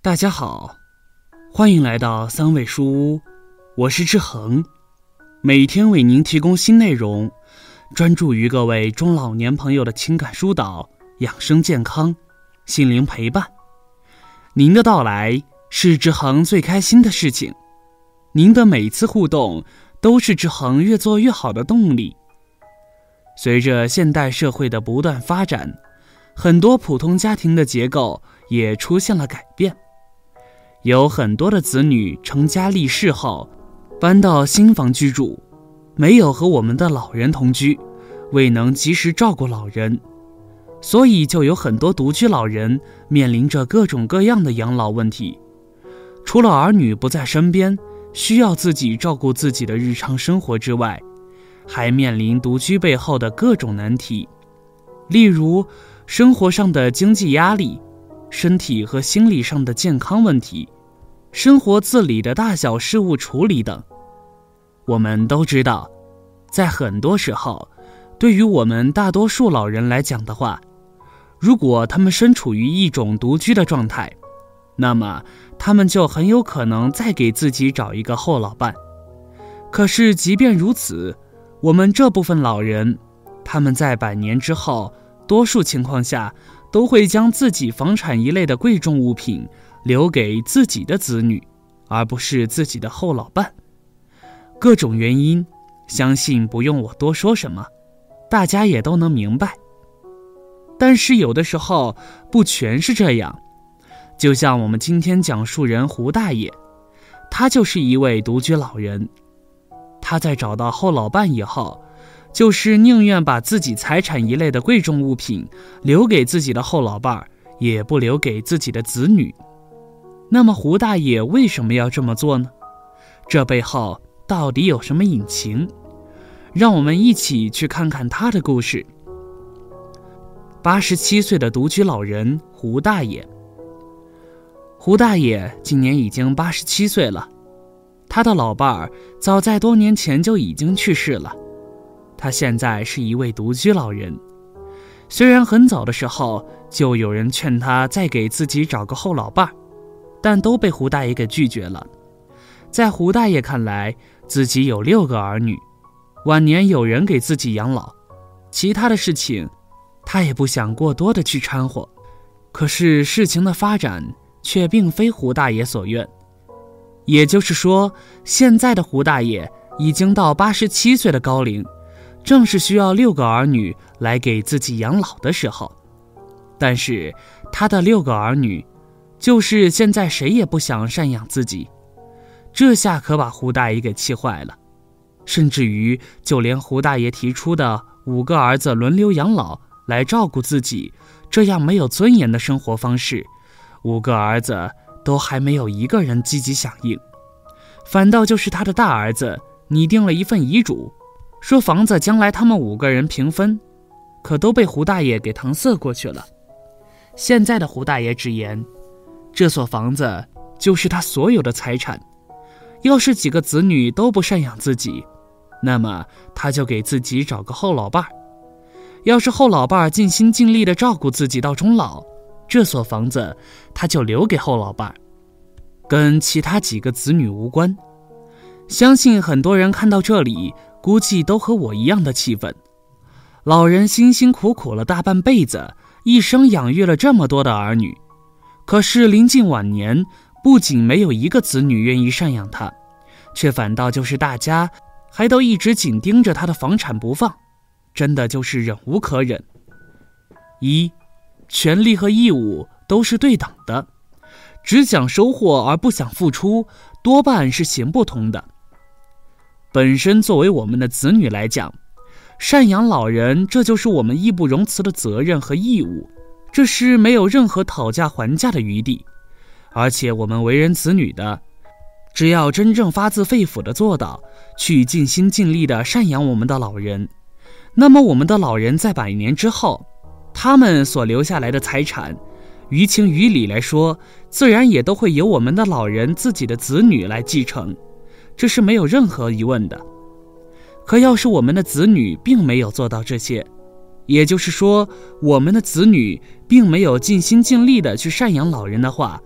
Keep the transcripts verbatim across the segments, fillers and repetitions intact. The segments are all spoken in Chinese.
大家好，欢迎来到三味书屋，我是志恒，每天为您提供新内容，专注于各位中老年朋友的情感疏导、养生健康、心灵陪伴。您的到来是志恒最开心的事情，您的每次互动都是志恒越做越好的动力。随着现代社会的不断发展，很多普通家庭的结构也出现了改变。有很多的子女成家立室后搬到新房居住，没有和我们的老人同居，未能及时照顾老人，所以就有很多独居老人面临着各种各样的养老问题。除了儿女不在身边，需要自己照顾自己的日常生活之外，还面临独居背后的各种难题，例如生活上的经济压力、身体和心理上的健康问题、生活自理的大小事务处理等。我们都知道，在很多时候，对于我们大多数老人来讲的话，如果他们身处于一种独居的状态，那么他们就很有可能再给自己找一个后老伴。可是即便如此，我们这部分老人，他们在百年之后，多数情况下都会将自己房产一类的贵重物品留给自己的子女，而不是自己的后老伴。各种原因，相信不用我多说什么，大家也都能明白。但是有的时候不全是这样，就像我们今天讲述人胡大爷，他就是一位独居老人。他在找到后老伴以后，就是宁愿把自己财产一类的贵重物品留给自己的后老伴，也不留给自己的子女。那么胡大爷为什么要这么做呢？这背后到底有什么隐情？让我们一起去看看他的故事。八十七岁的独居老人胡大爷。胡大爷今年已经八十七岁了，他的老伴儿早在多年前就已经去世了。他现在是一位独居老人，虽然很早的时候就有人劝他再给自己找个后老伴，但都被胡大爷给拒绝了。在胡大爷看来，自己有六个儿女，晚年有人给自己养老，其他的事情他也不想过多的去掺和。可是事情的发展却并非胡大爷所愿，也就是说，现在的胡大爷已经到八十七岁的高龄，正是需要六个儿女来给自己养老的时候。但是他的六个儿女，就是现在谁也不想赡养自己，这下可把胡大爷给气坏了。甚至于就连胡大爷提出的五个儿子轮流养老来照顾自己，这样没有尊严的生活方式，五个儿子都还没有一个人积极响应，反倒就是他的大儿子拟定了一份遗嘱，说房子将来他们五个人平分，可都被胡大爷给搪塞过去了。现在的胡大爷直言，这所房子就是他所有的财产，要是几个子女都不赡养自己，那么他就给自己找个后老伴，要是后老伴尽心尽力地照顾自己到终老，这所房子他就留给后老伴，跟其他几个子女无关。相信很多人看到这里，估计都和我一样的气愤。老人辛辛苦苦了大半辈子，一生养育了这么多的儿女，可是临近晚年，不仅没有一个子女愿意赡养他，却反倒就是大家还都一直紧盯着他的房产不放，真的就是忍无可忍。一，权利和义务都是对等的，只想收获而不想付出，多半是行不通的。本身作为我们的子女来讲，赡养老人，这就是我们义不容辞的责任和义务，这是没有任何讨价还价的余地。而且我们为人子女的，只要真正发自肺腑的做到，去尽心尽力的赡养我们的老人，那么我们的老人在百年之后，他们所留下来的财产，于情于理来说，自然也都会由我们的老人自己的子女来继承，这是没有任何疑问的。可要是我们的子女并没有做到这些，也就是说，我们的子女并没有尽心尽力的去赡养老人的话，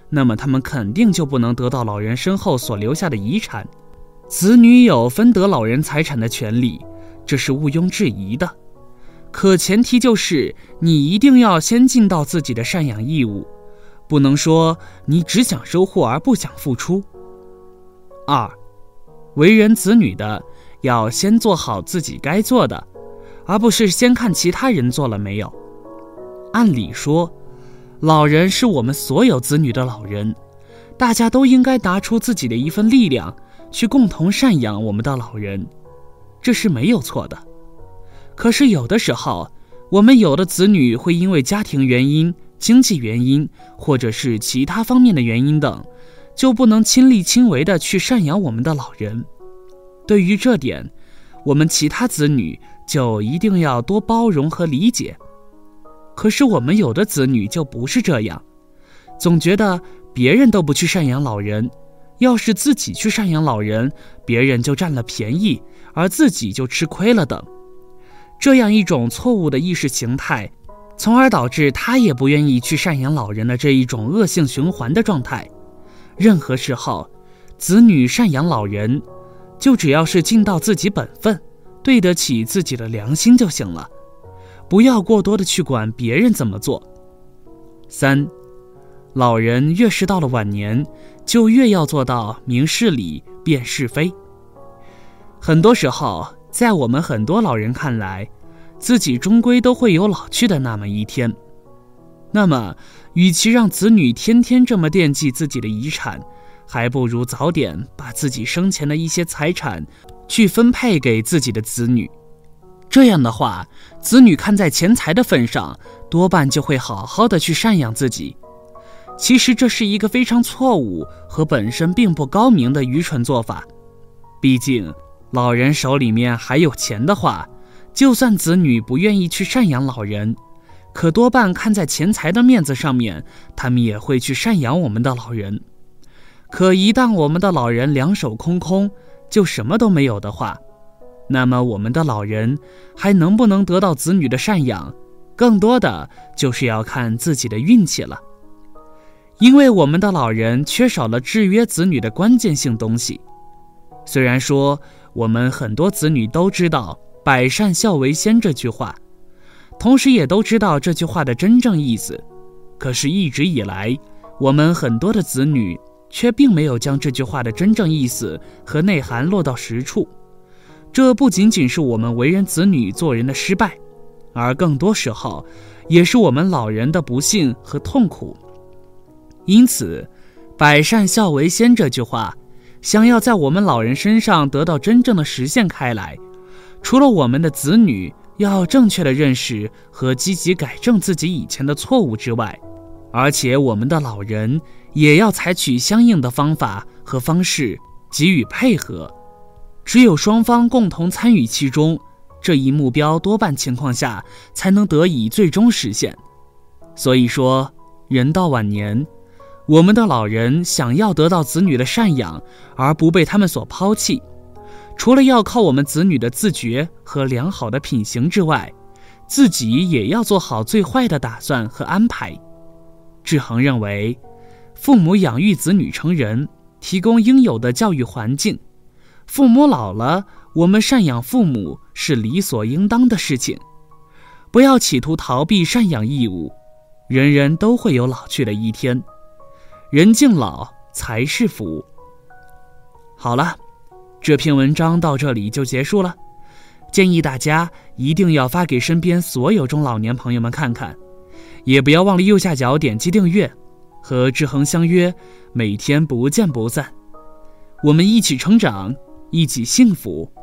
那么他们肯定就不能得到老人身后所留下的遗产。子女有分得老人财产的权利，这是毋庸置疑的。可前提就是你一定要先尽到自己的赡养义务，不能说你只想收获而不想付出。二，为人子女的要先做好自己该做的，而不是先看其他人做了没有。按理说，老人是我们所有子女的老人，大家都应该拿出自己的一份力量，去共同赡养我们的老人，这是没有错的。可是有的时候，我们有的子女会因为家庭原因、经济原因，或者是其他方面的原因等，就不能亲力亲为地去赡养我们的老人。对于这点，我们其他子女就一定要多包容和理解。可是我们有的子女就不是这样，总觉得别人都不去赡养老人，要是自己去赡养老人，别人就占了便宜，而自己就吃亏了等。这样一种错误的意识形态，从而导致他也不愿意去赡养老人的这一种恶性循环的状态。任何时候，子女赡养老人，就只要是尽到自己本分，对得起自己的良心就行了，不要过多的去管别人怎么做。三，老人越是到了晚年，就越要做到明事理，辨是非。很多时候，在我们很多老人看来，自己终归都会有老去的那么一天。那么，与其让子女天天这么惦记自己的遗产，还不如早点把自己生前的一些财产去分配给自己的子女。这样的话，子女看在钱财的份上，多半就会好好的去赡养自己。其实这是一个非常错误和本身并不高明的愚蠢做法。毕竟老人手里面还有钱的话，就算子女不愿意去赡养老人，可多半看在钱财的面子上面，他们也会去赡养我们的老人。可一旦我们的老人两手空空，就什么都没有的话，那么我们的老人还能不能得到子女的赡养，更多的就是要看自己的运气了。因为我们的老人缺少了制约子女的关键性东西。虽然说我们很多子女都知道百善孝为先这句话，同时也都知道这句话的真正意思，可是一直以来，我们很多的子女却并没有将这句话的真正意思和内涵落到实处。这不仅仅是我们为人子女做人的失败，而更多时候也是我们老人的不幸和痛苦。因此，百善孝为先这句话想要在我们老人身上得到真正的实现开来，除了我们的子女要正确的认识和积极改正自己以前的错误之外，而且我们的老人也要采取相应的方法和方式给予配合。只有双方共同参与其中，这一目标多半情况下才能得以最终实现。所以说，人到晚年，我们的老人想要得到子女的赡养而不被他们所抛弃，除了要靠我们子女的自觉和良好的品行之外，自己也要做好最坏的打算和安排。志恒认为，父母养育子女成人，提供应有的教育环境，父母老了，我们赡养父母是理所应当的事情，不要企图逃避赡养义务。人人都会有老去的一天，人敬老才是福。好了，这篇文章到这里就结束了，建议大家一定要发给身边所有中老年朋友们看看，也不要忘了右下角点击订阅，和志恒相约，每天不见不散。我们一起成长，一起幸福。